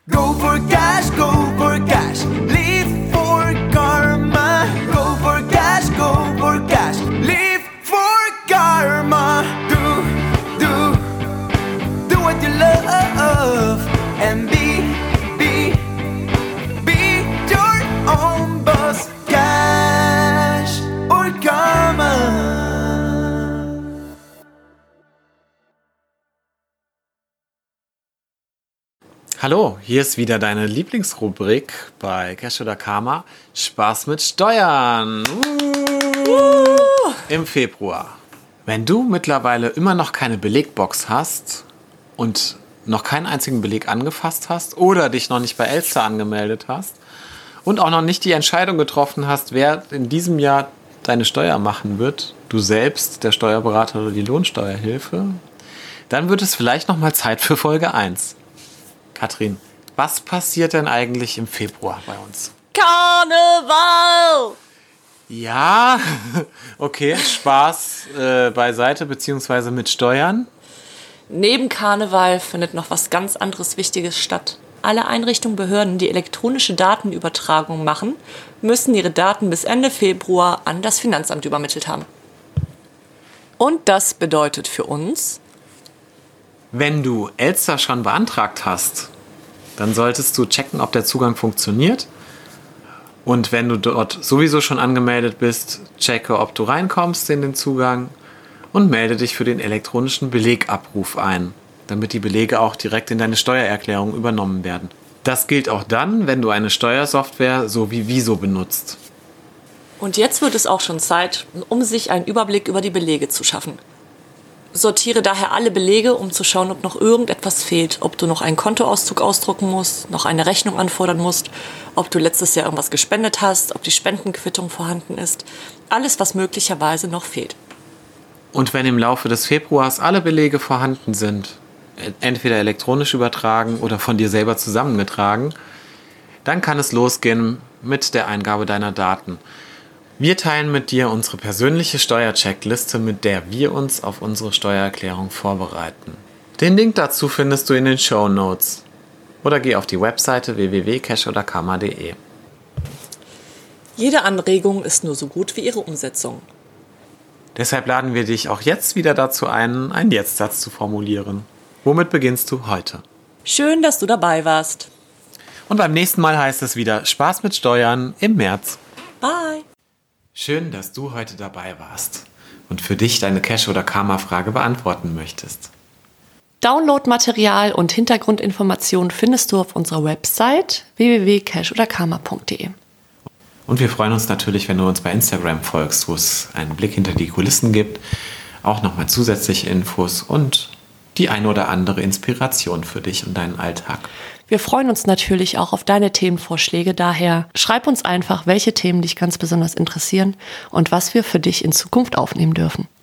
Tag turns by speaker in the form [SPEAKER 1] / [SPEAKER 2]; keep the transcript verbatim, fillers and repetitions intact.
[SPEAKER 1] Go for cash, go for cash, live for karma. Go for cash, go for cash, live for karma. Do, do, do what you love and be, be, be your own boss. Cash or karma.
[SPEAKER 2] Hallo, hier ist wieder deine Lieblingsrubrik bei Cash oder Karma. Spaß mit Steuern. Uh. Im Februar. Wenn du mittlerweile immer noch keine Belegbox hast und noch keinen einzigen Beleg angefasst hast oder dich noch nicht bei Elster angemeldet hast und auch noch nicht die Entscheidung getroffen hast, wer in diesem Jahr deine Steuer machen wird, du selbst, der Steuerberater oder die Lohnsteuerhilfe, dann wird es vielleicht noch mal Zeit für Folge eins. Katrin, was passiert denn eigentlich im Februar bei uns?
[SPEAKER 3] Karneval!
[SPEAKER 2] Ja, okay, Spaß äh, beiseite, beziehungsweise mit Steuern.
[SPEAKER 3] Neben Karneval findet noch was ganz anderes Wichtiges statt. Alle Einrichtungen, Behörden, die elektronische Datenübertragung machen, müssen ihre Daten bis Ende Februar an das Finanzamt übermittelt haben. Und das bedeutet für uns:
[SPEAKER 2] Wenn du Elster schon beantragt hast, dann solltest du checken, ob der Zugang funktioniert. Und wenn du dort sowieso schon angemeldet bist, checke, ob du reinkommst in den Zugang und melde dich für den elektronischen Belegabruf ein, damit die Belege auch direkt in deine Steuererklärung übernommen werden. Das gilt auch dann, wenn du eine Steuersoftware so wie Wieso benutzt.
[SPEAKER 3] Und jetzt wird es auch schon Zeit, um sich einen Überblick über die Belege zu schaffen. Sortiere daher alle Belege, um zu schauen, ob noch irgendetwas fehlt. Ob du noch einen Kontoauszug ausdrucken musst, noch eine Rechnung anfordern musst, ob du letztes Jahr irgendwas gespendet hast, ob die Spendenquittung vorhanden ist. Alles, was möglicherweise noch fehlt.
[SPEAKER 2] Und wenn im Laufe des Februars alle Belege vorhanden sind, entweder elektronisch übertragen oder von dir selber zusammengetragen, dann kann es losgehen mit der Eingabe deiner Daten. Wir teilen mit dir unsere persönliche Steuercheckliste, mit der wir uns auf unsere Steuererklärung vorbereiten. Den Link dazu findest du in den Shownotes oder geh auf die Webseite w w w punkt cash oder karma punkt de.
[SPEAKER 3] Jede Anregung ist nur so gut wie ihre Umsetzung.
[SPEAKER 2] Deshalb laden wir dich auch jetzt wieder dazu ein, einen Jetzt-Satz zu formulieren. Womit beginnst du heute?
[SPEAKER 3] Schön, dass du dabei warst.
[SPEAKER 2] Und beim nächsten Mal heißt es wieder Spaß mit Steuern im März.
[SPEAKER 3] Bye.
[SPEAKER 2] Schön, dass du heute dabei warst und für dich deine Cash- oder Karma-Frage beantworten möchtest.
[SPEAKER 3] Downloadmaterial und Hintergrundinformationen findest du auf unserer Website w w w punkt cash oder karma punkt de.
[SPEAKER 2] Und wir freuen uns natürlich, wenn du uns bei Instagram folgst, wo es einen Blick hinter die Kulissen gibt, auch nochmal zusätzliche Infos und die ein oder andere Inspiration für dich und deinen Alltag.
[SPEAKER 3] Wir freuen uns natürlich auch auf deine Themenvorschläge, daher schreib uns einfach, welche Themen dich ganz besonders interessieren und was wir für dich in Zukunft aufnehmen dürfen.